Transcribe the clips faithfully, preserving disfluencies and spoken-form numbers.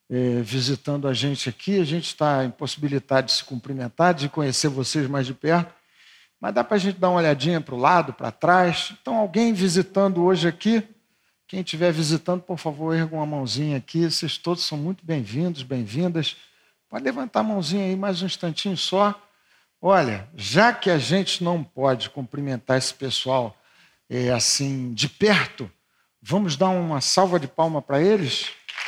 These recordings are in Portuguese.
é, visitando a gente aqui. A gente está em possibilidade de se cumprimentar, de conhecer vocês mais de perto, mas dá para a gente dar uma olhadinha para o lado, para trás. Então, alguém visitando hoje aqui, quem estiver visitando, por favor, erga uma mãozinha aqui. Vocês todos são muito bem-vindos, bem-vindas. Pode levantar a mãozinha aí mais um instantinho só. Olha, já que a gente não pode cumprimentar esse pessoal é, assim de perto, vamos dar uma salva de palmas para eles?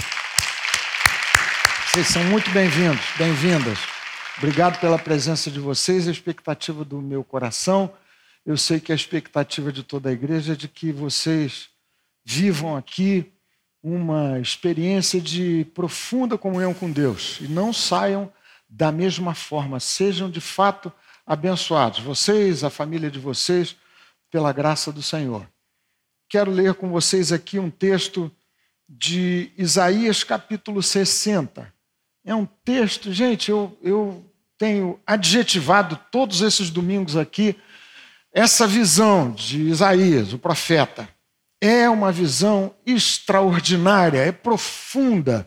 Vocês são muito bem-vindos, bem-vindas. Obrigado pela presença de vocês, a expectativa do meu coração. Eu sei que a expectativa de toda a igreja é de que vocês vivam aqui uma experiência de profunda comunhão com Deus e não saiam da mesma forma, sejam de fato abençoados, vocês, a família de vocês, pela graça do Senhor. Quero ler com vocês aqui um texto de Isaías capítulo sessenta. É um texto, gente, eu, eu tenho adjetivado todos esses domingos aqui essa visão de Isaías, o profeta. É uma visão extraordinária, é profunda,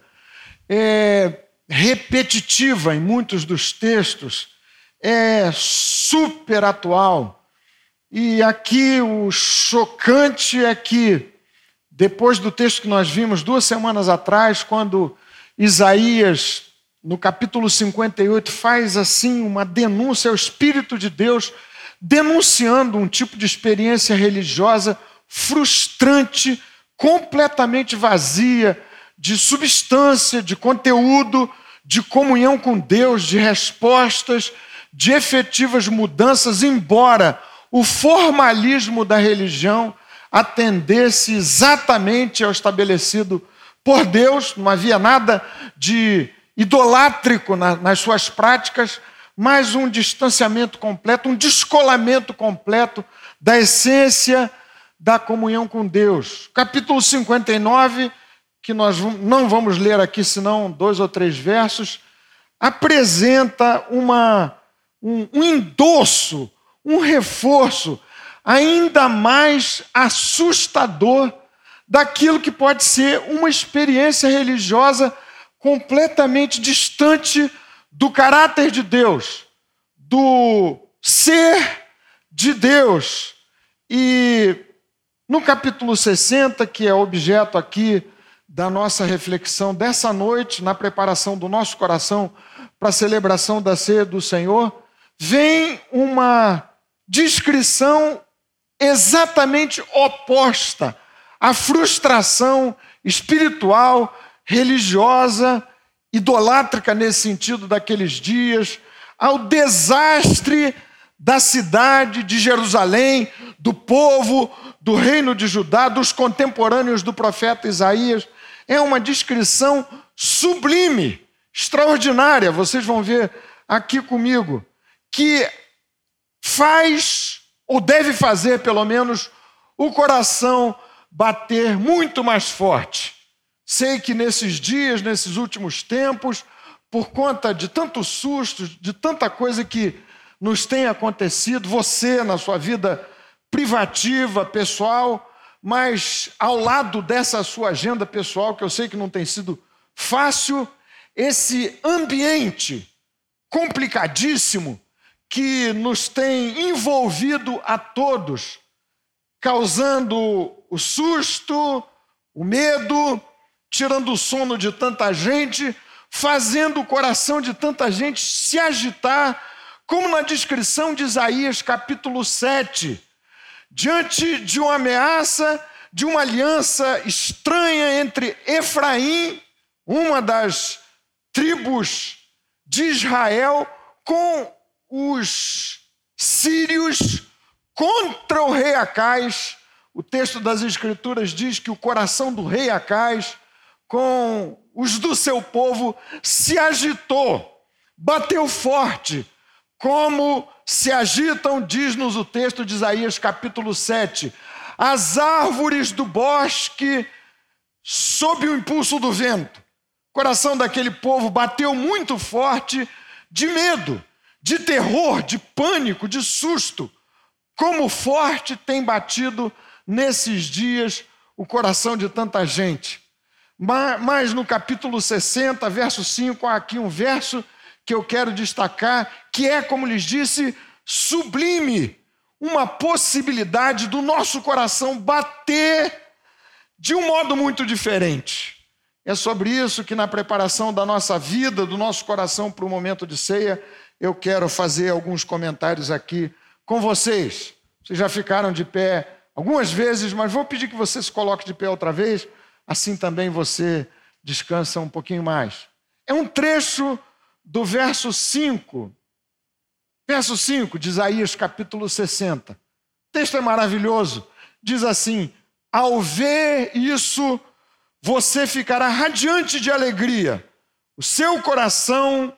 é repetitiva em muitos dos textos, é super atual. E aqui o chocante é que, depois do texto que nós vimos duas semanas atrás, quando Isaías, no capítulo cinquenta e oito, faz assim uma denúncia ao Espírito de Deus, denunciando um tipo de experiência religiosa frustrante, completamente vazia de substância, de conteúdo, de comunhão com Deus, de respostas, de efetivas mudanças, embora o formalismo da religião atendesse exatamente ao estabelecido por Deus, não havia nada de idolátrico nas suas práticas, mas um distanciamento completo, um descolamento completo da essência da comunhão com Deus. Capítulo cinquenta e nove, que nós não vamos ler aqui, senão dois ou três versos, apresenta uma, um, um endosso, um reforço ainda mais assustador daquilo que pode ser uma experiência religiosa completamente distante do caráter de Deus, do ser de Deus. E no capítulo sessenta, que é objeto aqui da nossa reflexão dessa noite, na preparação do nosso coração para a celebração da ceia do Senhor, vem uma descrição exatamente oposta à frustração espiritual, religiosa, idolátrica nesse sentido daqueles dias, ao desastre da cidade de Jerusalém, do povo, do reino de Judá, dos contemporâneos do profeta Isaías. É uma descrição sublime, extraordinária, vocês vão ver aqui comigo, que faz, ou deve fazer pelo menos, o coração bater muito mais forte. Sei que nesses dias, nesses últimos tempos, por conta de tantos sustos, de tanta coisa que nos tem acontecido, você na sua vida privativa, pessoal, mas ao lado dessa sua agenda pessoal, que eu sei que não tem sido fácil, esse ambiente complicadíssimo que nos tem envolvido a todos, causando o susto, o medo, tirando o sono de tanta gente, fazendo o coração de tanta gente se agitar, como na descrição de Isaías capítulo sete, diante de uma ameaça, de uma aliança estranha entre Efraim, uma das tribos de Israel, com os sírios contra o rei Acais. O texto das Escrituras diz que o coração do rei Acais, com os do seu povo, se agitou, bateu forte, como se agitam, diz-nos o texto de Isaías capítulo sete, as árvores do bosque sob o impulso do vento. O coração daquele povo bateu muito forte de medo, de terror, de pânico, de susto, como forte tem batido nesses dias o coração de tanta gente. Mas no capítulo sessenta, verso cinco, há aqui um verso que eu quero destacar, que é, como lhes disse, sublime, uma possibilidade do nosso coração bater de um modo muito diferente. É sobre isso que na preparação da nossa vida, do nosso coração para o momento de ceia, eu quero fazer alguns comentários aqui com vocês. Vocês já ficaram de pé algumas vezes, mas vou pedir que você se coloque de pé outra vez, assim também você descansa um pouquinho mais. É um trecho do verso cinco, verso cinco de Isaías capítulo sessenta. O texto é maravilhoso, diz assim: ao ver isso, você ficará radiante de alegria, o seu coração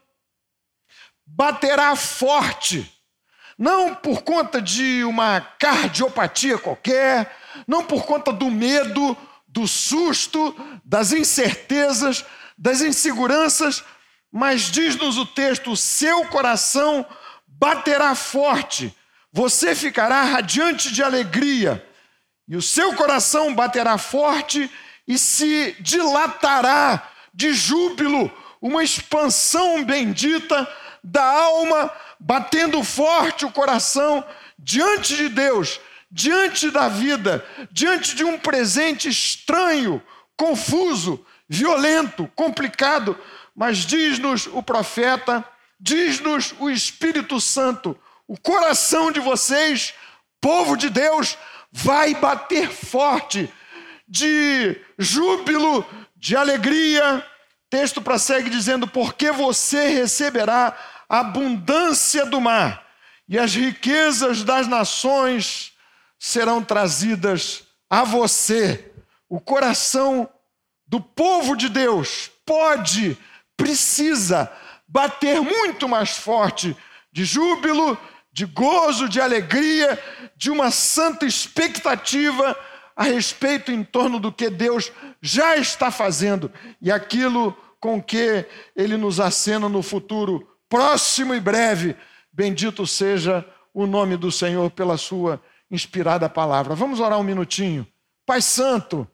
baterá forte, não por conta de uma cardiopatia qualquer, não por conta do medo, do susto, das incertezas, das inseguranças, mas diz-nos o texto, o seu coração baterá forte, você ficará radiante de alegria, e o seu coração baterá forte e se dilatará de júbilo, uma expansão bendita da alma, batendo forte o coração diante de Deus, diante da vida, diante de um presente estranho, confuso, violento, complicado, mas diz-nos o profeta, diz-nos o Espírito Santo, o coração de vocês, povo de Deus, vai bater forte, de júbilo, de alegria. O texto prossegue dizendo, porque você receberá a abundância do mar, e as riquezas das nações serão trazidas a você. O coração do povo de Deus pode, precisa bater muito mais forte de júbilo, de gozo, de alegria, de uma santa expectativa a respeito em torno do que Deus já está fazendo e aquilo com que Ele nos acena no futuro próximo e breve. Bendito seja o nome do Senhor pela sua inspirada palavra. Vamos orar um minutinho. Pai Santo,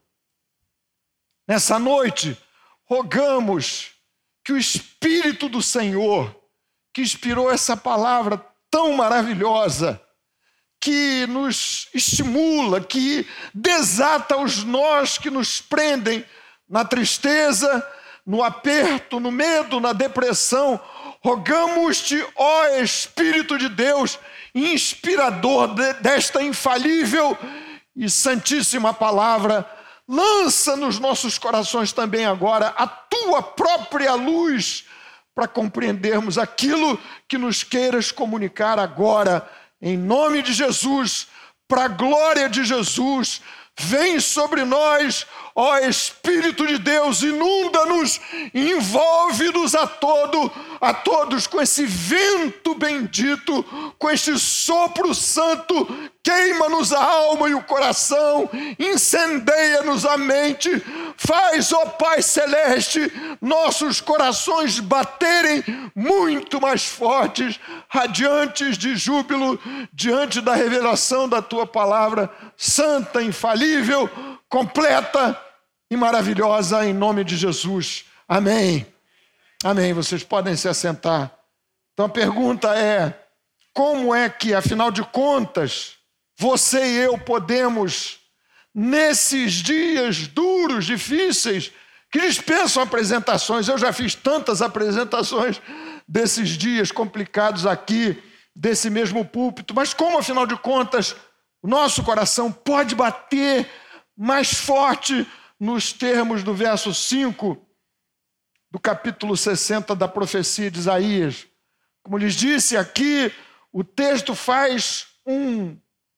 nessa noite, rogamos que o Espírito do Senhor, que inspirou essa palavra tão maravilhosa, que nos estimula, que desata os nós que nos prendem na tristeza, no aperto, no medo, na depressão, rogamos-te, ó Espírito de Deus, inspirador de, desta infalível e santíssima palavra, lança nos nossos corações também agora a tua própria luz para compreendermos aquilo que nos queiras comunicar agora, em nome de Jesus, para a glória de Jesus. Vem sobre nós, ó Espírito de Deus, inunda-nos, envolve-nos a todo, a todos com esse vento bendito, com este sopro santo, queima-nos a alma e o coração, incendeia-nos a mente, faz, ó Pai Celeste, nossos corações baterem muito mais fortes, radiantes de júbilo, diante da revelação da Tua palavra, santa, infalível, completa e maravilhosa, em nome de Jesus. Amém. Amém. Vocês podem se assentar. Então a pergunta é, como é que, afinal de contas, você e eu podemos, nesses dias duros, difíceis, que dispensam apresentações, eu já fiz tantas apresentações desses dias complicados aqui, desse mesmo púlpito, mas como, afinal de contas, o nosso coração pode bater mais forte nos termos do verso cinco do capítulo sessenta da profecia de Isaías. Como lhes disse aqui, o texto faz um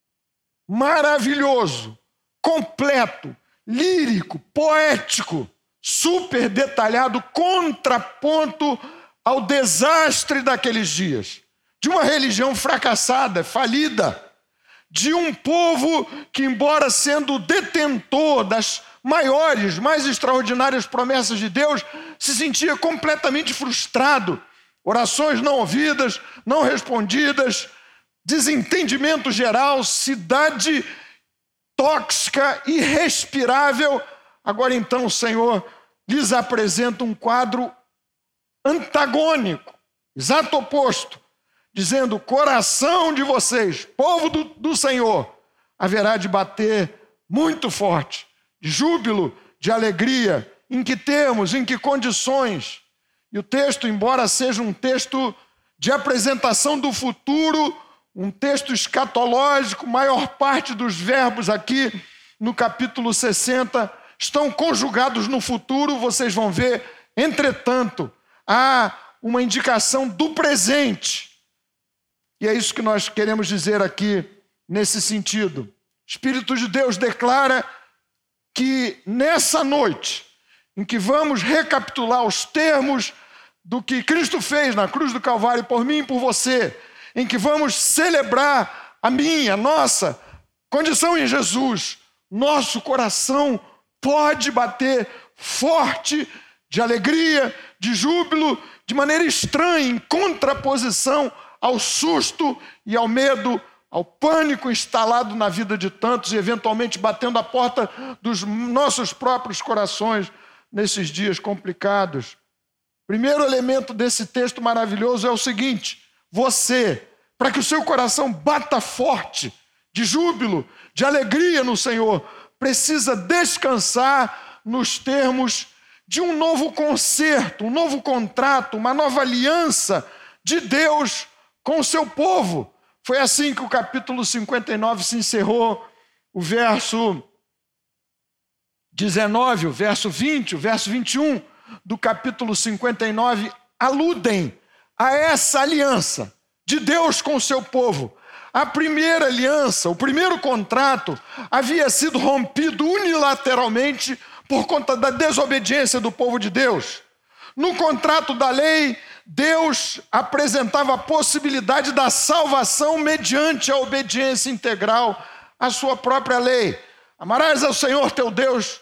maravilhoso, completo, lírico, poético, super detalhado contraponto ao desastre daqueles dias, de uma religião fracassada, falida, de um povo que, embora sendo detentor das maiores, mais extraordinárias promessas de Deus, se sentia completamente frustrado. Orações não ouvidas, não respondidas, desentendimento geral, cidade tóxica, irrespirável. Agora então o Senhor lhes apresenta um quadro antagônico, exato oposto, dizendo: o coração de vocês, povo do, do Senhor, haverá de bater muito forte, de júbilo, de alegria. Em que termos, em que condições? E o texto, embora seja um texto de apresentação do futuro, um texto escatológico, maior parte dos verbos aqui no capítulo sessenta estão conjugados no futuro, vocês vão ver. Entretanto, há uma indicação do presente. E é isso que nós queremos dizer aqui nesse sentido. O Espírito de Deus declara que nessa noite, em que vamos recapitular os termos do que Cristo fez na cruz do Calvário por mim e por você, em que vamos celebrar a minha, a nossa condição em Jesus, nosso coração pode bater forte de alegria, de júbilo, de maneira estranha, em contraposição ao susto e ao medo, ao pânico instalado na vida de tantos e eventualmente batendo a porta dos nossos próprios corações nesses dias complicados. Primeiro elemento desse texto maravilhoso é o seguinte: você, para que o seu coração bata forte, de júbilo, de alegria no Senhor, precisa descansar nos termos de um novo concerto, um novo contrato, uma nova aliança de Deus com o seu povo. Foi assim que o capítulo cinquenta e nove se encerrou. O verso dezenove, o verso vinte, o verso vinte e um do capítulo cinquenta e nove aludem a essa aliança de Deus com o seu povo. A primeira aliança, o primeiro contrato, havia sido rompido unilateralmente por conta da desobediência do povo de Deus. No contrato da lei, Deus apresentava a possibilidade da salvação mediante a obediência integral à sua própria lei. Amarás ao Senhor teu Deus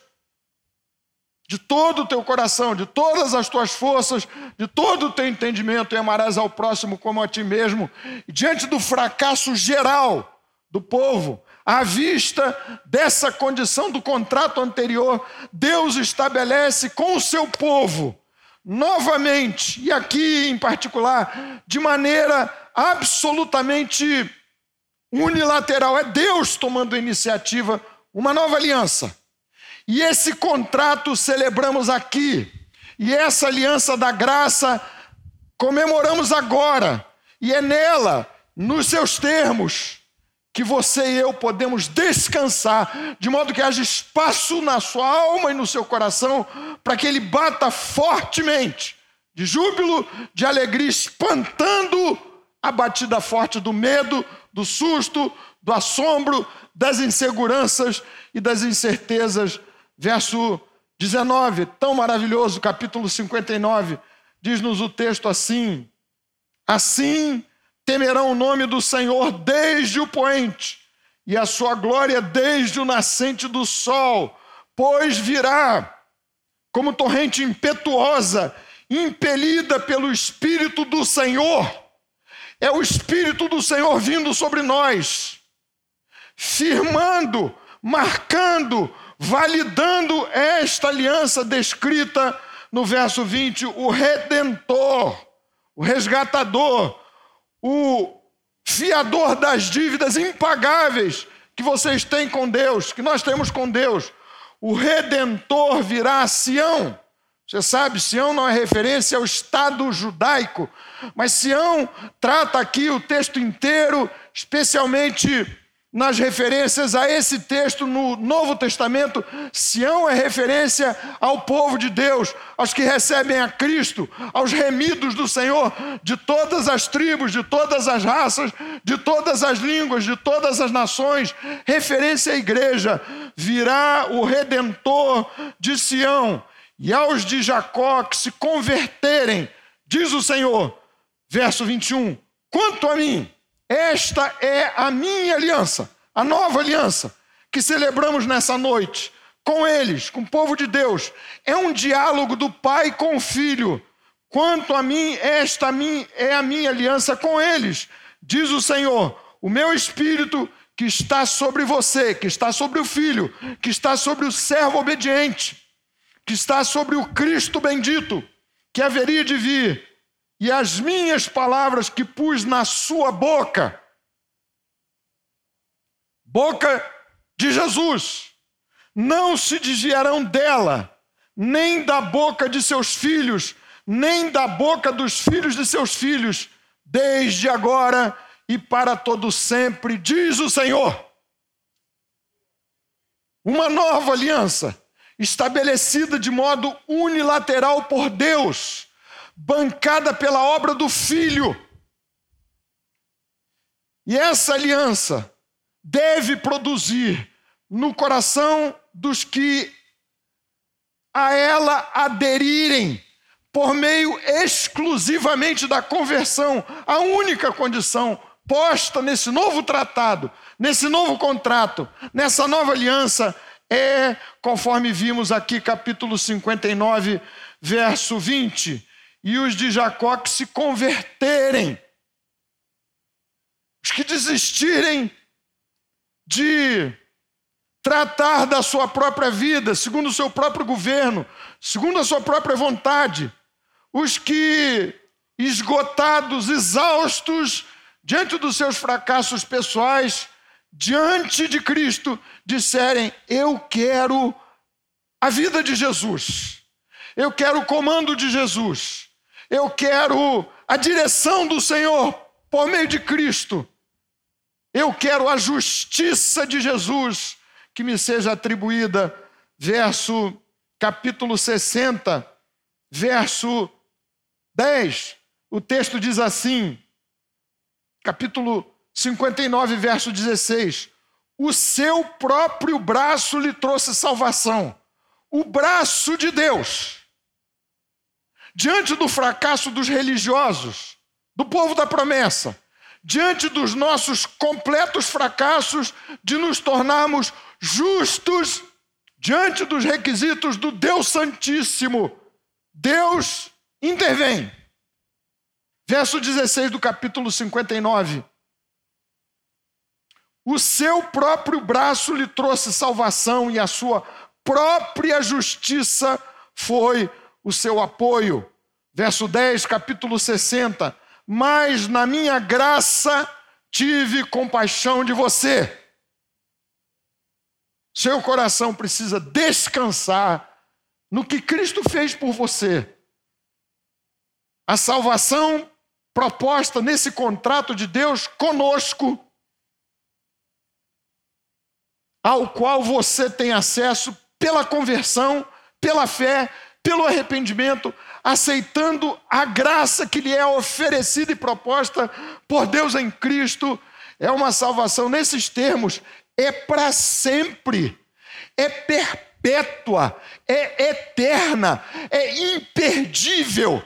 de todo o teu coração, de todas as tuas forças, de todo o teu entendimento, e amarás ao próximo como a ti mesmo. E diante do fracasso geral do povo, à vista dessa condição do contrato anterior, Deus estabelece com o seu povo, novamente, e aqui em particular, de maneira absolutamente unilateral, é Deus tomando a iniciativa, uma nova aliança. E esse contrato celebramos aqui, e essa aliança da graça comemoramos agora, e é nela, nos seus termos, que você e eu podemos descansar, de modo que haja espaço na sua alma e no seu coração, para que ele bata fortemente, de júbilo, de alegria, espantando a batida forte do medo, do susto, do assombro, das inseguranças e das incertezas. Verso dezenove, tão maravilhoso, capítulo cinquenta e nove, diz-nos o texto assim: assim temerão o nome do Senhor desde o poente, e a sua glória desde o nascente do sol, pois virá como torrente impetuosa, impelida pelo Espírito do Senhor. É o Espírito do Senhor vindo sobre nós, firmando, marcando, validando esta aliança descrita no verso vinte, o Redentor, o resgatador, o fiador das dívidas impagáveis que vocês têm com Deus, que nós temos com Deus. O Redentor virá a Sião. Você sabe, Sião não é referência ao Estado judaico, mas Sião trata aqui o texto inteiro, especialmente nas referências a esse texto no Novo Testamento. Sião é referência ao povo de Deus, aos que recebem a Cristo, aos remidos do Senhor, de todas as tribos, de todas as raças, de todas as línguas, de todas as nações. Referência à igreja. Virá o Redentor de Sião, e aos de Jacó que se converterem, diz o Senhor, verso vinte e um, quanto a mim, esta é a minha aliança, a nova aliança que celebramos nessa noite com eles, com o povo de Deus. É um diálogo do Pai com o Filho. Quanto a mim, esta é a minha aliança com eles, diz o Senhor. O meu Espírito que está sobre você, que está sobre o Filho, que está sobre o servo obediente, que está sobre o Cristo bendito, que haveria de vir, e as minhas palavras que pus na sua boca, boca de Jesus, não se desviarão dela, nem da boca de seus filhos, nem da boca dos filhos de seus filhos, desde agora e para todo sempre, diz o Senhor. Uma nova aliança, estabelecida de modo unilateral por Deus, bancada pela obra do Filho. E essa aliança deve produzir no coração dos que a ela aderirem, por meio exclusivamente da conversão, a única condição posta nesse novo tratado, nesse novo contrato, nessa nova aliança, é, conforme vimos aqui, capítulo cinquenta e nove, verso vinte, e os de Jacó que se converterem, os que desistirem de tratar da sua própria vida, segundo o seu próprio governo, segundo a sua própria vontade, os que, esgotados, exaustos, diante dos seus fracassos pessoais, diante de Cristo, disserem: eu quero a vida de Jesus, eu quero o comando de Jesus, eu quero a direção do Senhor por meio de Cristo, eu quero a justiça de Jesus que me seja atribuída. Verso, capítulo sessenta, verso dez, o texto diz assim, capítulo cinquenta e nove, verso dezesseis, o seu próprio braço lhe trouxe salvação, o braço de Deus, diante do fracasso dos religiosos, do povo da promessa, diante dos nossos completos fracassos de nos tornarmos justos, diante dos requisitos do Deus Santíssimo, Deus intervém. Verso dezesseis do capítulo cinquenta e nove. O seu próprio braço lhe trouxe salvação e a sua própria justiça foi o seu apoio. Verso dez, capítulo sessenta. Mas na minha graça tive compaixão de você. Seu coração precisa descansar no que Cristo fez por você. A salvação proposta nesse contrato de Deus conosco, ao qual você tem acesso pela conversão, pela fé, pelo arrependimento, aceitando a graça que lhe é oferecida e proposta por Deus em Cristo. É uma salvação nesses termos, é para sempre, é perpétua, é eterna, é imperdível.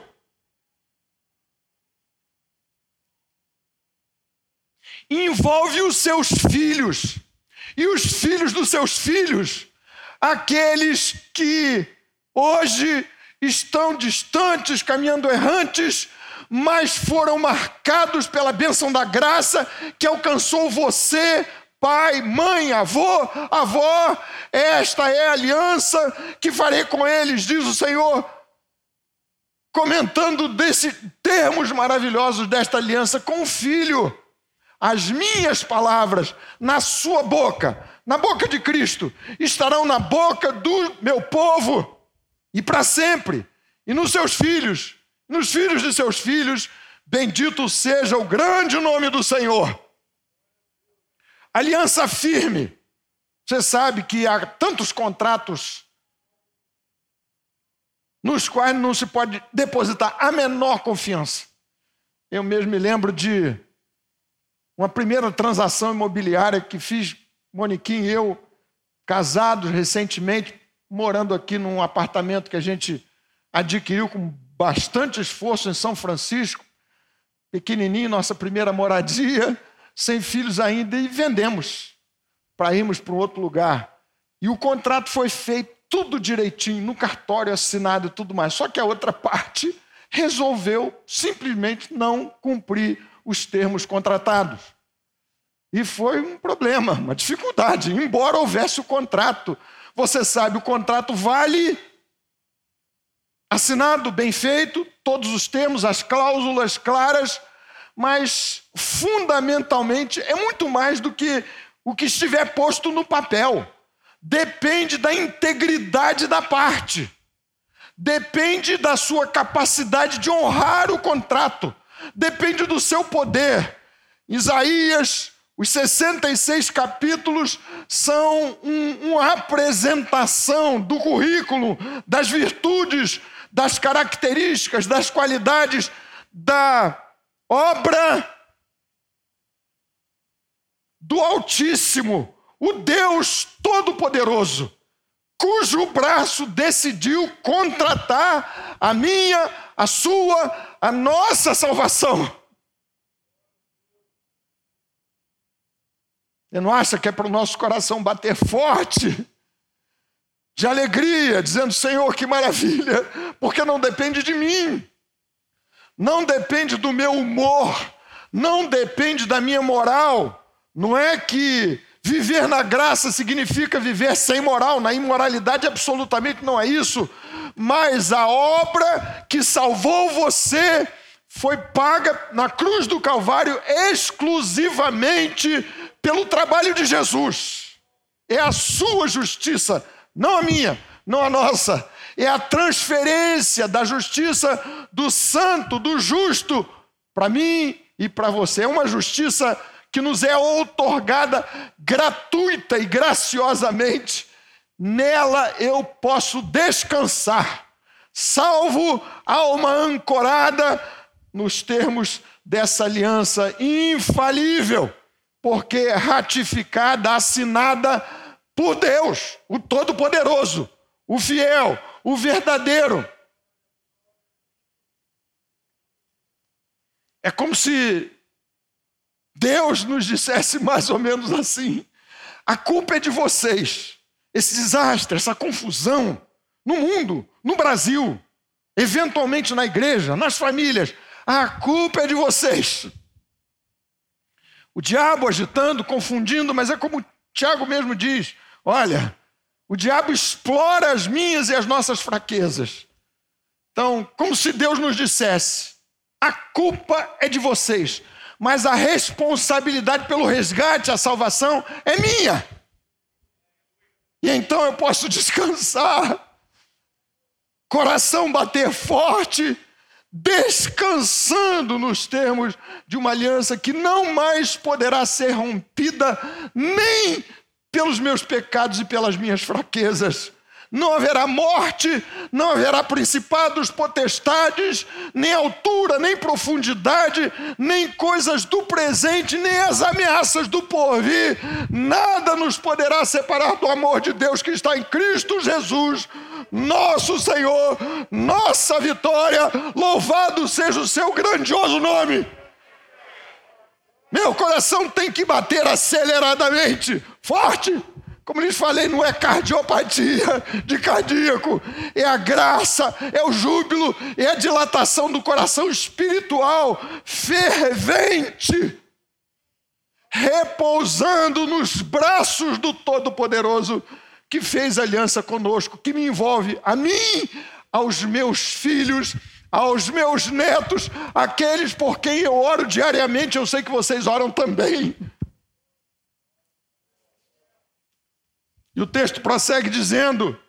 Envolve os seus filhos e os filhos dos seus filhos, aqueles que hoje estão distantes, caminhando errantes, mas foram marcados pela bênção da graça que alcançou você, pai, mãe, avô, avó. Esta é a aliança que farei com eles, diz o Senhor, comentando desses termos maravilhosos desta aliança com o Filho. As minhas palavras na sua boca, na boca de Cristo, estarão na boca do meu povo e para sempre, e nos seus filhos, nos filhos de seus filhos, bendito seja o grande nome do Senhor. Aliança firme. Você sabe que há tantos contratos nos quais não se pode depositar a menor confiança. Eu mesmo me lembro de uma primeira transação imobiliária que fiz, Moniquinha e eu, casados recentemente, morando aqui num apartamento que a gente adquiriu com bastante esforço em São Francisco, pequenininho, nossa primeira moradia, sem filhos ainda, e vendemos para irmos para um outro lugar. E o contrato foi feito tudo direitinho, no cartório assinado e tudo mais. Só que a outra parte resolveu simplesmente não cumprir os termos contratados. E foi um problema, uma dificuldade, embora houvesse o contrato. Você sabe, o contrato vale assinado, bem feito, todos os termos, as cláusulas claras, mas fundamentalmente é muito mais do que o que estiver posto no papel. Depende da integridade da parte. Depende da sua capacidade de honrar o contrato. Depende do seu poder. Isaías, os sessenta e seis capítulos são um, uma apresentação do currículo, das virtudes, das características, das qualidades da obra do Altíssimo, o Deus Todo-Poderoso, cujo braço decidiu contratar a minha, a sua, a nossa salvação. Você não acha que é para o nosso coração bater forte, de alegria, dizendo, Senhor, que maravilha, porque não depende de mim, não depende do meu humor, não depende da minha moral. Não é que viver na graça significa viver sem moral, na imoralidade absolutamente não é isso, mas a obra que salvou você foi paga na cruz do Calvário exclusivamente pelo trabalho de Jesus. É a sua justiça, não a minha, não a nossa. É a transferência da justiça do santo, do justo, para mim e para você. É uma justiça que nos é outorgada gratuita e graciosamente. Nela eu posso descansar, salvo alma ancorada nos termos dessa aliança infalível, porque é ratificada, assinada por Deus, o Todo-Poderoso, o fiel, o verdadeiro. É como se Deus nos dissesse mais ou menos assim, a culpa é de vocês, esse desastre, essa confusão no mundo, no Brasil, eventualmente na igreja, nas famílias, a culpa é de vocês. O diabo agitando, confundindo, mas é como Tiago mesmo diz, olha, o diabo explora as minhas e as nossas fraquezas. Então, como se Deus nos dissesse, a culpa é de vocês, mas a responsabilidade pelo resgate, a salvação, é minha. E então eu posso descansar, coração bater forte, descansando nos termos de uma aliança que não mais poderá ser rompida nem pelos meus pecados e pelas minhas fraquezas. Não haverá morte, não haverá principados, potestades, nem altura, nem profundidade, nem coisas do presente, nem as ameaças do porvir. Nada nos poderá separar do amor de Deus que está em Cristo Jesus, nosso Senhor, nossa vitória. Louvado seja o seu grandioso nome. Meu coração tem que bater aceleradamente, forte. Como lhes falei, não é cardiopatia de cardíaco, é a graça, é o júbilo, é a dilatação do coração espiritual, fervente, repousando nos braços do Todo-Poderoso, que fez aliança conosco, que me envolve a mim, aos meus filhos, aos meus netos, aqueles por quem eu oro diariamente, eu sei que vocês oram também. E o texto prossegue dizendo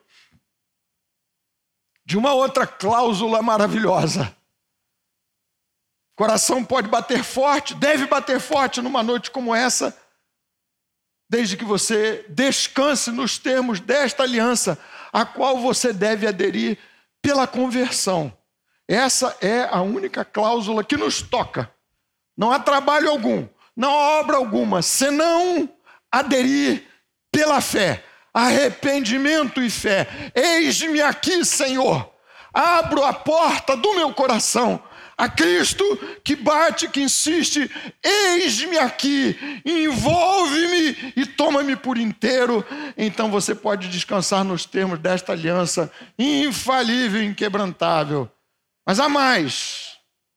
de uma outra cláusula maravilhosa. O coração pode bater forte, deve bater forte numa noite como essa, desde que você descanse nos termos desta aliança, a qual você deve aderir pela conversão. Essa é a única cláusula que nos toca. Não há trabalho algum, não há obra alguma, senão aderir pela fé. Arrependimento e fé. Eis-me aqui, Senhor. Abro a porta do meu coração a Cristo que bate, que insiste. Eis-me aqui, envolve-me e toma-me por inteiro. Então você pode descansar nos termos desta aliança infalível e inquebrantável. Mas há mais.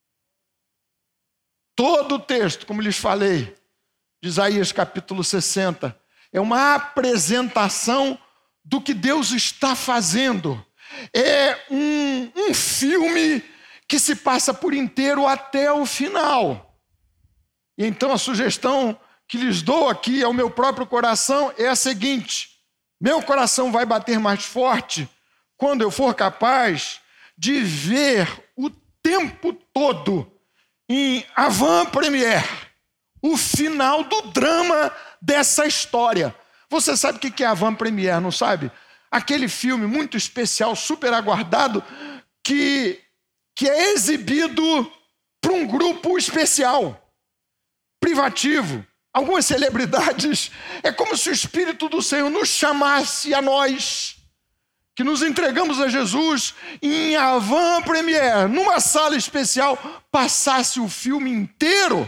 Todo o texto, como lhes falei, de Isaías capítulo sessenta, é uma apresentação do que Deus está fazendo. É um, um filme que se passa por inteiro até o final. E então a sugestão que lhes dou aqui ao meu próprio coração é a seguinte: meu coração vai bater mais forte quando eu for capaz de ver o tempo todo em avant-première o final do drama dessa história. Você sabe o que é avant-première, não sabe? Aquele filme muito especial, super aguardado, que, que é exibido para um grupo especial, privativo. Algumas celebridades, é como se o Espírito do Senhor nos chamasse a nós, que nos entregamos a Jesus em avant-première, numa sala especial, passasse o filme inteiro.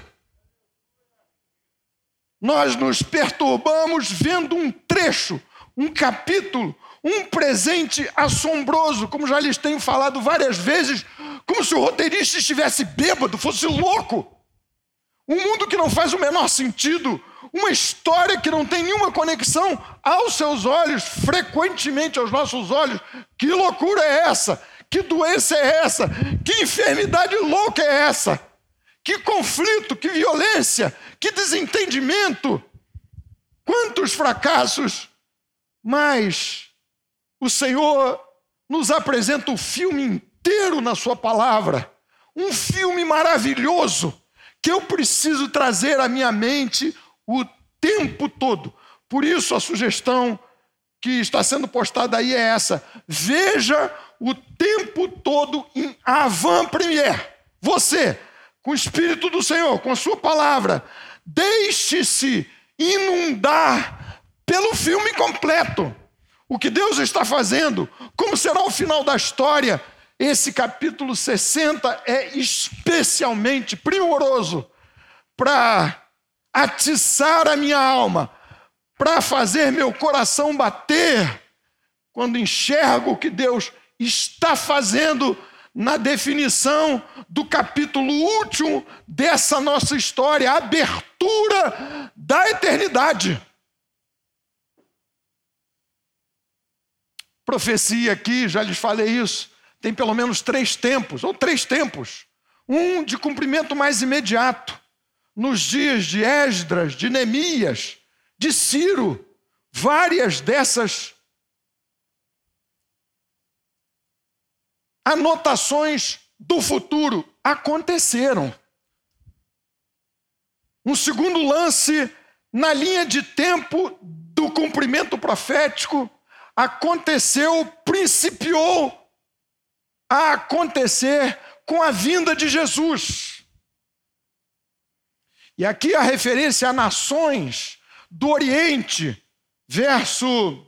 Nós nos perturbamos vendo um trecho, um capítulo, um presente assombroso, como já lhes tenho falado várias vezes, como se o roteirista estivesse bêbado, fosse louco. Um mundo que não faz o menor sentido, uma história que não tem nenhuma conexão aos seus olhos, frequentemente aos nossos olhos. Que loucura é essa? Que doença é essa? Que enfermidade louca é essa? Que conflito, que violência, que desentendimento. Quantos fracassos. Mas o Senhor nos apresenta o filme inteiro na sua palavra. Um filme maravilhoso que eu preciso trazer à minha mente o tempo todo. Por isso a sugestão que está sendo postada aí é essa: veja o tempo todo em avant-première. Você, com o Espírito do Senhor, com a sua palavra, deixe-se inundar pelo filme completo. O que Deus está fazendo, como será o final da história. Esse capítulo sessenta é especialmente primoroso para atiçar a minha alma, para fazer meu coração bater, quando enxergo o que Deus está fazendo na definição do capítulo último dessa nossa história, a abertura da eternidade. Profecia aqui, já lhes falei isso, tem pelo menos três tempos, ou três tempos. Um de cumprimento mais imediato, nos dias de Esdras, de Neemias, de Ciro. Várias dessas anotações do futuro aconteceram. Um segundo lance, na linha de tempo do cumprimento profético, aconteceu, principiou a acontecer com a vinda de Jesus. E aqui a referência a nações do Oriente, verso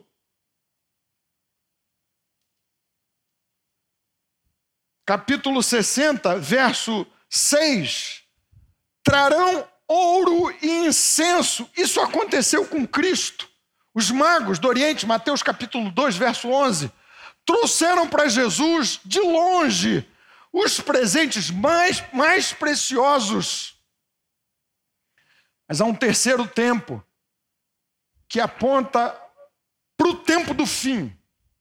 capítulo sessenta, verso seis, trarão ouro e incenso. Isso aconteceu com Cristo. Os magos do Oriente, Mateus capítulo dois, verso onze, trouxeram para Jesus de longe os presentes mais, mais preciosos. Mas há um terceiro tempo que aponta para o tempo do fim.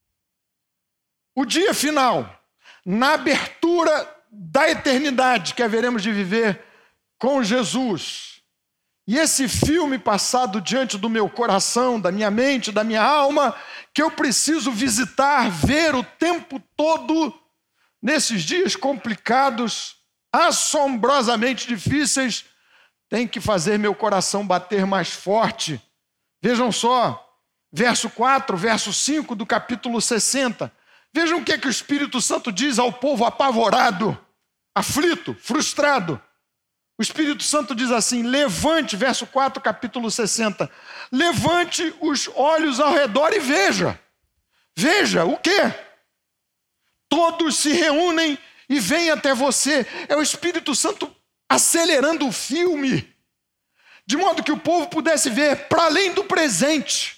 O dia final, na abertura da eternidade que haveremos de viver com Jesus. E esse filme passado diante do meu coração, da minha mente, da minha alma, que eu preciso visitar, ver o tempo todo, nesses dias complicados, assombrosamente difíceis, tem que fazer meu coração bater mais forte. Vejam só, verso quatro, verso cinco do capítulo sessenta. Vejam o que é que o Espírito Santo diz ao povo apavorado, aflito, frustrado. O Espírito Santo diz assim: levante, verso quatro, capítulo sessenta, levante os olhos ao redor e veja. Veja o quê? Todos se reúnem e vêm até você. É o Espírito Santo acelerando o filme, de modo que o povo pudesse ver para além do presente.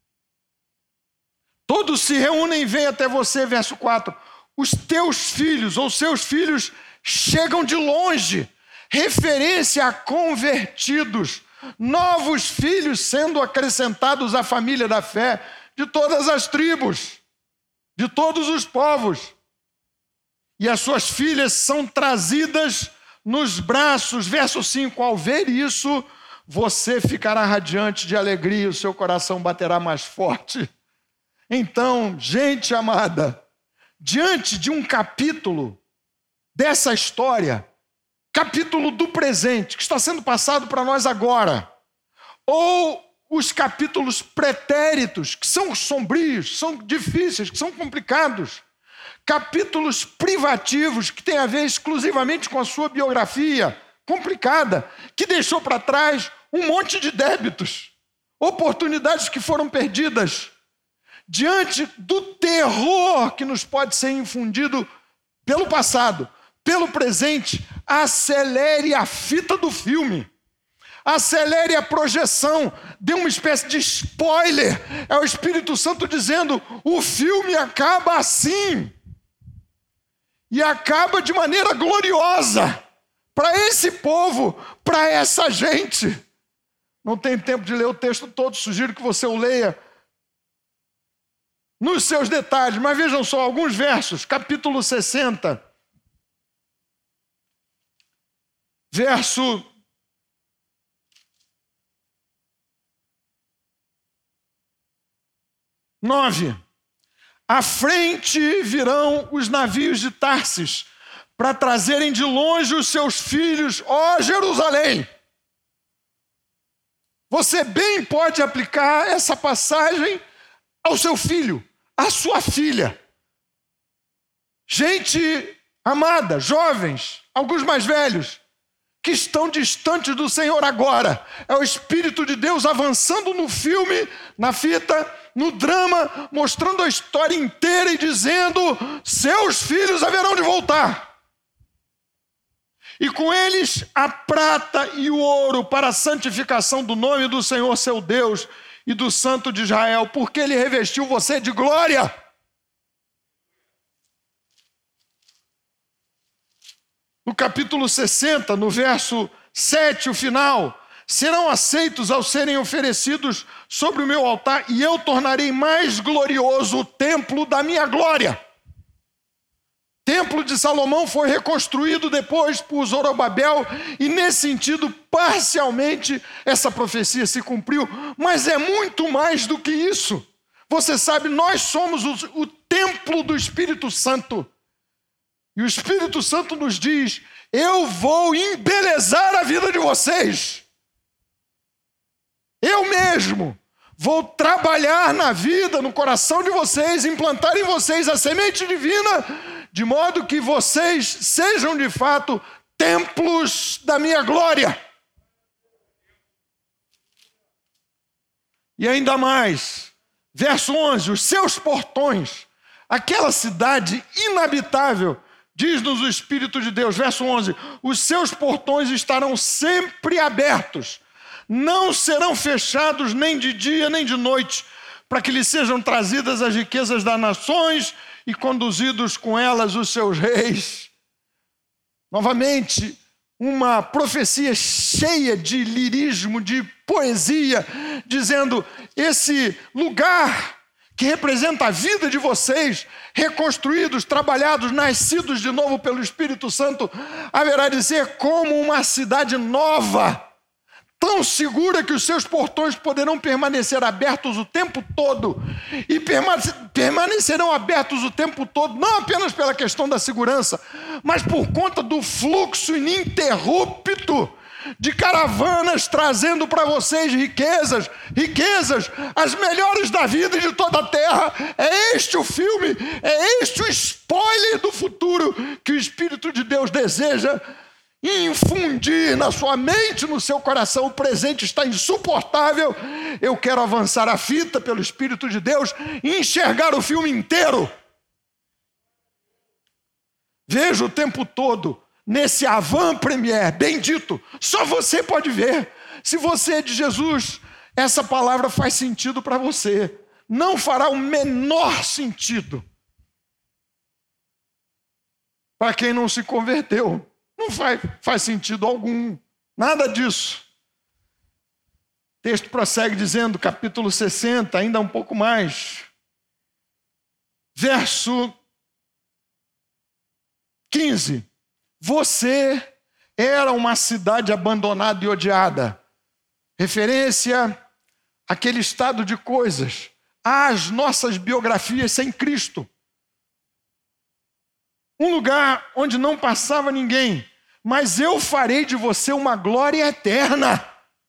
Todos se reúnem e vêm até você, verso quatro. Os teus filhos ou seus filhos chegam de longe. Referência a convertidos, novos filhos sendo acrescentados à família da fé de todas as tribos, de todos os povos. E as suas filhas são trazidas nos braços. Verso cinco, ao ver isso, você ficará radiante de alegria, o seu coração baterá mais forte. Então, gente amada, diante de um capítulo dessa história, capítulo do presente, que está sendo passado para nós agora, ou os capítulos pretéritos, que são sombrios, são difíceis, que são complicados, capítulos privativos, que têm a ver exclusivamente com a sua biografia complicada, que deixou para trás um monte de débitos, oportunidades que foram perdidas. Diante do terror que nos pode ser infundido pelo passado, pelo presente, acelere a fita do filme. Acelere a projeção, dê uma espécie de spoiler. É o Espírito Santo dizendo, o filme acaba assim. E acaba de maneira gloriosa. Para esse povo, para essa gente. Não tem tempo de ler o texto todo, sugiro que você o leia nos seus detalhes. Mas vejam só, alguns versos, capítulo sessenta, verso nove. À frente virão os navios de Tarsis para trazerem de longe os seus filhos, ó Jerusalém. Você bem pode aplicar essa passagem ao seu filho, à sua filha. Gente amada, jovens, alguns mais velhos, que estão distantes do Senhor agora. É o Espírito de Deus avançando no filme, na fita, no drama, mostrando a história inteira e dizendo, seus filhos haverão de voltar. E com eles a prata e o ouro para a santificação do nome do Senhor seu Deus e do Santo de Israel, porque ele revestiu você de glória. No capítulo sessenta, no verso sete, o final, serão aceitos ao serem oferecidos sobre o meu altar, e eu tornarei mais glorioso o templo da minha glória. O templo de Salomão foi reconstruído depois por Zorobabel, e nesse sentido, parcialmente, essa profecia se cumpriu, mas é muito mais do que isso. Você sabe, nós somos o, o templo do Espírito Santo. E o Espírito Santo nos diz, eu vou embelezar a vida de vocês. Eu mesmo vou trabalhar na vida, no coração de vocês, implantar em vocês a semente divina, de modo que vocês sejam de fato templos da minha glória. E ainda mais, verso onze, os seus portões, aquela cidade inabitável, diz-nos o Espírito de Deus, verso onze, os seus portões estarão sempre abertos, não serão fechados nem de dia nem de noite, para que lhes sejam trazidas as riquezas das nações e conduzidos com elas os seus reis. Novamente, uma profecia cheia de lirismo, de poesia, dizendo, esse lugar que representa a vida de vocês, reconstruídos, trabalhados, nascidos de novo pelo Espírito Santo, haverá de ser como uma cidade nova, tão segura que os seus portões poderão permanecer abertos o tempo todo, e permanecerão abertos o tempo todo, não apenas pela questão da segurança, mas por conta do fluxo ininterrupto de caravanas trazendo para vocês riquezas, riquezas, as melhores da vida e de toda a terra. É este o filme, é este o spoiler do futuro que o Espírito de Deus deseja infundir na sua mente, no seu coração. O presente está insuportável. Eu quero avançar a fita pelo Espírito de Deus e enxergar o filme inteiro. Veja o tempo todo nesse avant-première, bendito, só você pode ver. Se você é de Jesus, essa palavra faz sentido para você. Não fará o menor sentido para quem não se converteu. Não faz, faz sentido algum, nada disso. O texto prossegue dizendo, capítulo sessenta, ainda um pouco mais. Verso quinze. Você era uma cidade abandonada e odiada. Referência àquele estado de coisas, às nossas biografias sem Cristo. Um lugar onde não passava ninguém, mas eu farei de você uma glória eterna.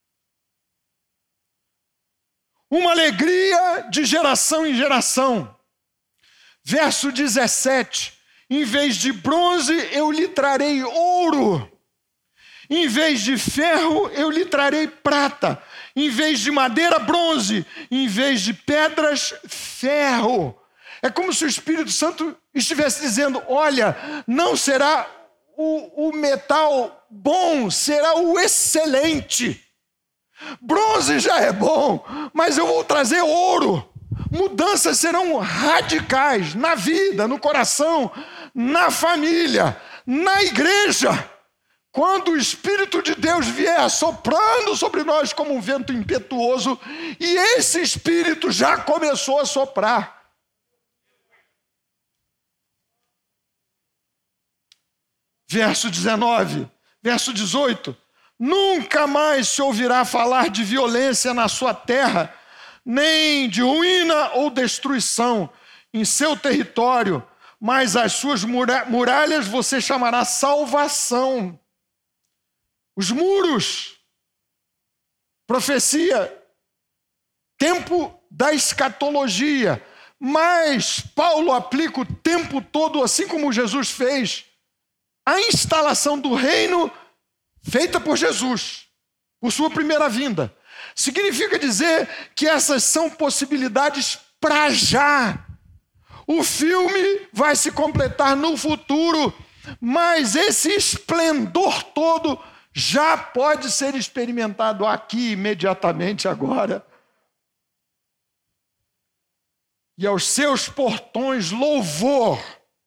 Uma alegria de geração em geração. Verso dezessete. Em vez de bronze, eu lhe trarei ouro. Em vez de ferro, eu lhe trarei prata. Em vez de madeira, bronze. Em vez de pedras, ferro. É como se o Espírito Santo estivesse dizendo, olha, não será o, o metal bom, será o excelente. Bronze já é bom, mas eu vou trazer ouro. Mudanças serão radicais na vida, no coração, na família, na igreja. Quando o Espírito de Deus vier soprando sobre nós como um vento impetuoso, e esse Espírito já começou a soprar. Verso dezenove, verso dezoito. Nunca mais se ouvirá falar de violência na sua terra, nem de ruína ou destruição em seu território, mas as suas muralhas você chamará salvação. Os muros, profecia, tempo da escatologia, mas Paulo aplica o tempo todo, assim como Jesus fez, a instalação do reino feita por Jesus, por sua primeira vinda. Significa dizer que essas são possibilidades para já. O filme vai se completar no futuro, mas esse esplendor todo já pode ser experimentado aqui, imediatamente agora. E aos seus portões, louvor,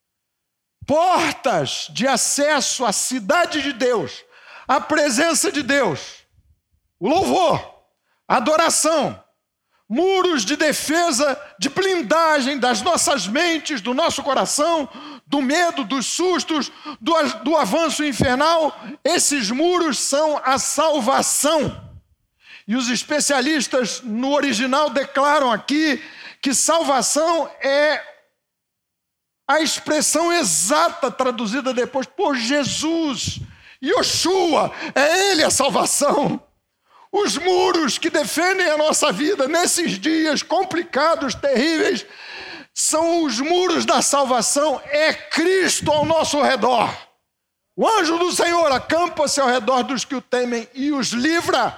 portas de acesso à cidade de Deus, à presença de Deus, o louvor, a adoração, muros de defesa, de blindagem das nossas mentes, do nosso coração, do medo, dos sustos, do, do avanço infernal. Esses muros são a salvação. E os especialistas no original declaram aqui que salvação é a expressão exata traduzida depois por Jesus. Yoshua, é Ele a salvação. Os muros que defendem a nossa vida nesses dias complicados, terríveis, são os muros da salvação, é Cristo ao nosso redor. O anjo do Senhor acampa-se ao redor dos que o temem e os livra.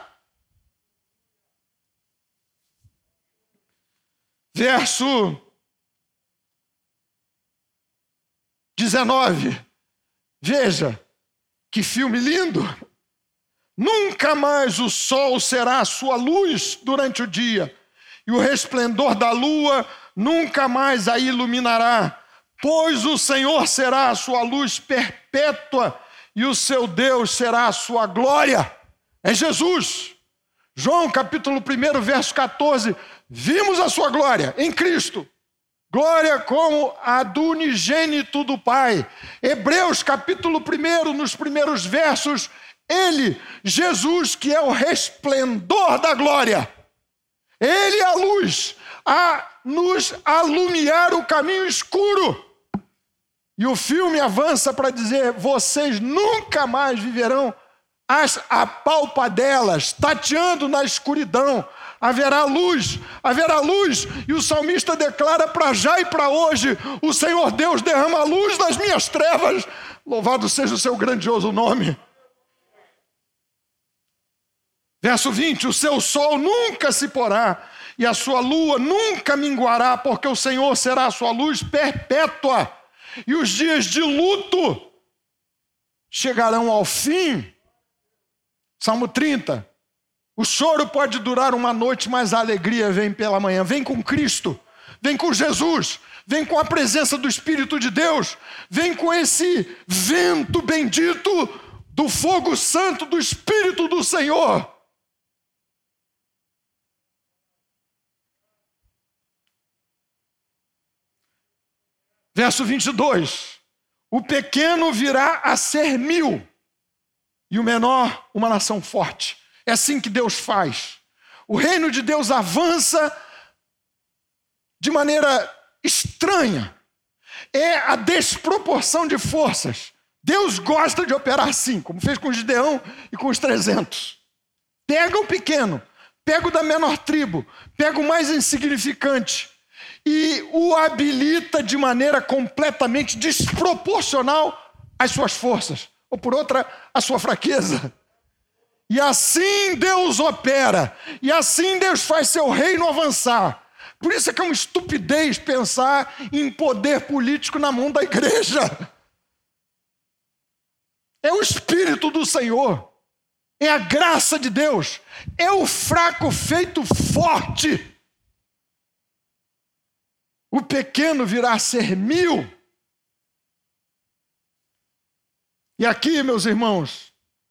Verso dezenove. Veja, que filme lindo. Nunca mais o sol será a sua luz durante o dia, e o resplendor da lua nunca mais a iluminará, pois o Senhor será a sua luz perpétua, e o seu Deus será a sua glória. É Jesus. João capítulo um, verso catorze. Vimos a sua glória em Cristo. Glória como a do unigênito do Pai. Hebreus capítulo um, nos primeiros versos, Ele, Jesus, que é o resplendor da glória. Ele é a luz, a nos alumiar o caminho escuro. E o filme avança para dizer, vocês nunca mais viverão as apalpadelas, tateando na escuridão. Haverá luz, haverá luz, e o salmista declara para já e para hoje, o Senhor Deus derrama a luz das minhas trevas, louvado seja o seu grandioso nome. Verso vinte, o seu sol nunca se porá, e a sua lua nunca minguará, porque o Senhor será a sua luz perpétua, e os dias de luto chegarão ao fim. Salmo trinta. O choro pode durar uma noite, mas a alegria vem pela manhã. Vem com Cristo, vem com Jesus, vem com a presença do Espírito de Deus, vem com esse vento bendito do fogo santo do Espírito do Senhor. Verso vinte e dois. O pequeno virá a ser mil, e o menor uma nação forte. É assim que Deus faz. O reino de Deus avança de maneira estranha. É a desproporção de forças. Deus gosta de operar assim, como fez com Gideão e com os trezentos. Pega o pequeno, pega o da menor tribo, pega o mais insignificante e o habilita de maneira completamente desproporcional às suas forças, ou por outra, à sua fraqueza. E assim Deus opera, e assim Deus faz seu reino avançar. Por isso é que é uma estupidez pensar em poder político na mão da igreja. É o Espírito do Senhor, é a graça de Deus, é o fraco feito forte. O pequeno virá a ser mil. E aqui, meus irmãos,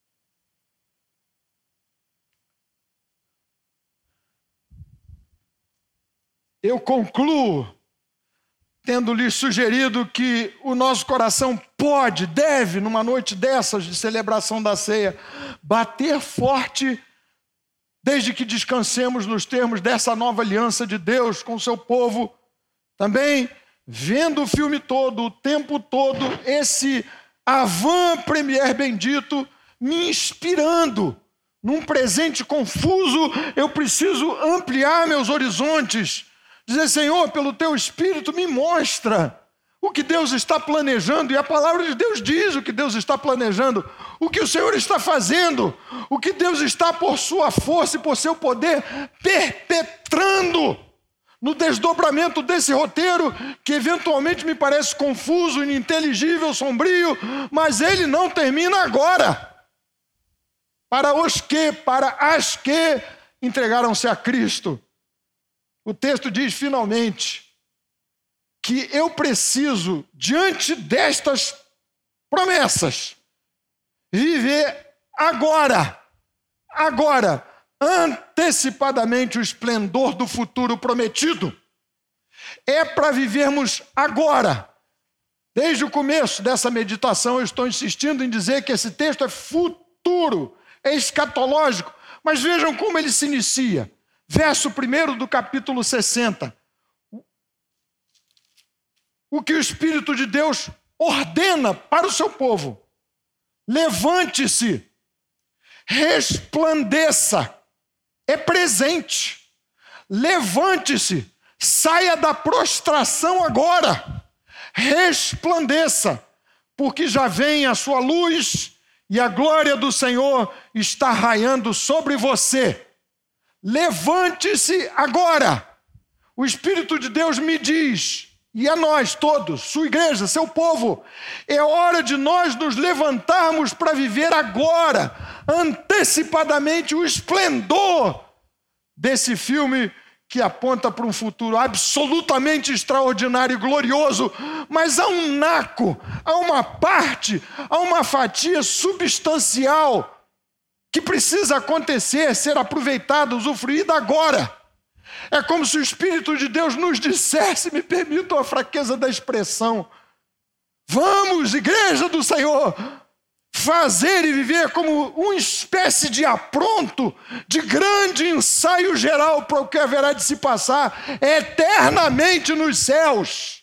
eu concluo tendo lhes sugerido que o nosso coração pode, deve, numa noite dessas de celebração da ceia, bater forte, desde que descansemos nos termos dessa nova aliança de Deus com o seu povo. Também, vendo o filme todo, o tempo todo, esse avant-première bendito, me inspirando. Num presente confuso, eu preciso ampliar meus horizontes. Dizer, Senhor, pelo teu Espírito, me mostra o que Deus está planejando. E a palavra de Deus diz o que Deus está planejando, o que o Senhor está fazendo, o que Deus está, por sua força e por seu poder, perpetrando no desdobramento desse roteiro, que eventualmente me parece confuso, ininteligível, sombrio, mas ele não termina agora. Para os que, para as que entregaram-se a Cristo. O texto diz, finalmente, que eu preciso, diante destas promessas, viver agora, agora, antecipadamente o esplendor do futuro prometido. É para vivermos agora. Desde o começo dessa meditação, eu estou insistindo em dizer que esse texto é futuro, é escatológico, mas vejam como ele se inicia. Verso primeiro do capítulo sessenta. O que o Espírito de Deus ordena para o seu povo. Levante-se, resplandeça, é presente. Levante-se, saia da prostração agora, resplandeça, porque já vem a sua luz e a glória do Senhor está raiando sobre você. Levante-se agora. O Espírito de Deus me diz, e a nós todos, sua igreja, seu povo, é hora de nós nos levantarmos para viver agora, antecipadamente, o esplendor desse filme que aponta para um futuro absolutamente extraordinário e glorioso, mas há um naco, há uma parte, há uma fatia substancial que precisa acontecer, ser aproveitado, usufruído agora. É como se o Espírito de Deus nos dissesse, me permitam a fraqueza da expressão, vamos, igreja do Senhor, fazer e viver como uma espécie de apronto, de grande ensaio geral para o que haverá de se passar eternamente nos céus.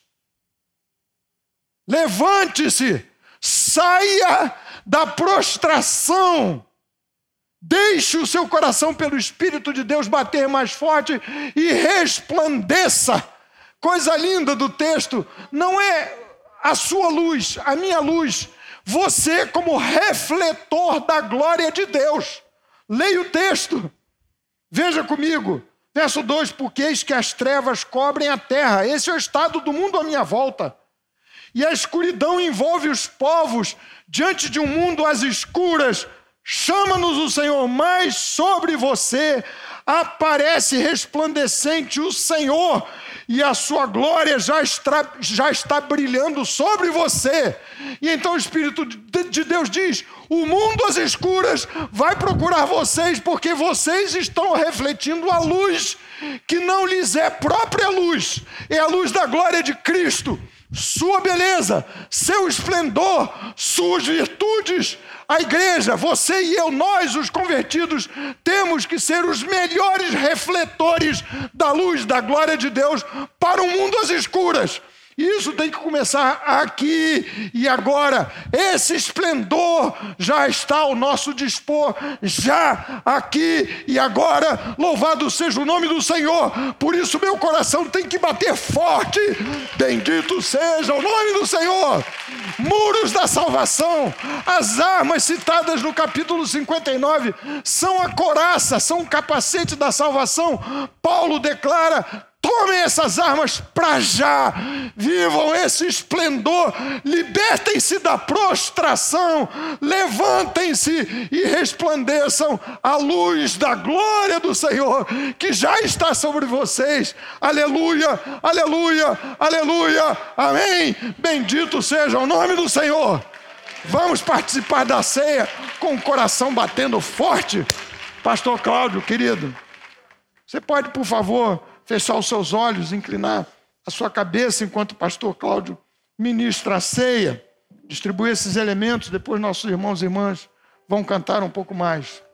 Levante-se, saia da prostração, deixe o seu coração pelo Espírito de Deus bater mais forte e resplandeça. Coisa linda do texto, não é a sua luz, a minha luz, você como refletor da glória de Deus. Leia o texto, veja comigo, verso dois, porque eis que as trevas cobrem a terra, esse é o estado do mundo à minha volta, e a escuridão envolve os povos, diante de um mundo às escuras, chama-nos o Senhor, mas sobre você aparece resplandecente o Senhor, e a sua glória já está, já está brilhando sobre você. E então o Espírito de Deus diz, o mundo às escuras vai procurar vocês, porque vocês estão refletindo a luz, que não lhes é própria luz, é a luz da glória de Cristo. sua beleza, seu esplendor, suas virtudes. A igreja, você e eu, nós, os convertidos, temos que ser os melhores refletores da luz, da glória de Deus para um mundo às escuras. Isso tem que começar aqui e agora. Esse esplendor já está ao nosso dispor, já aqui e agora. Louvado seja o nome do Senhor. Por isso meu coração tem que bater forte. Bendito seja o nome do Senhor. Muros da salvação. As armas citadas no capítulo cinquenta e nove são a couraça, são o capacete da salvação. Paulo declara: tomem essas armas para já, vivam esse esplendor, libertem-se da prostração, levantem-se e resplandeçam a luz da glória do Senhor, que já está sobre vocês. Aleluia, aleluia, aleluia, amém. Bendito seja o nome do Senhor. Vamos participar da ceia com o coração batendo forte. Pastor Cláudio, querido, você pode, por favor, fechar os seus olhos, inclinar a sua cabeça enquanto o pastor Cláudio ministra a ceia, distribui esses elementos, depois nossos irmãos e irmãs vão cantar um pouco mais.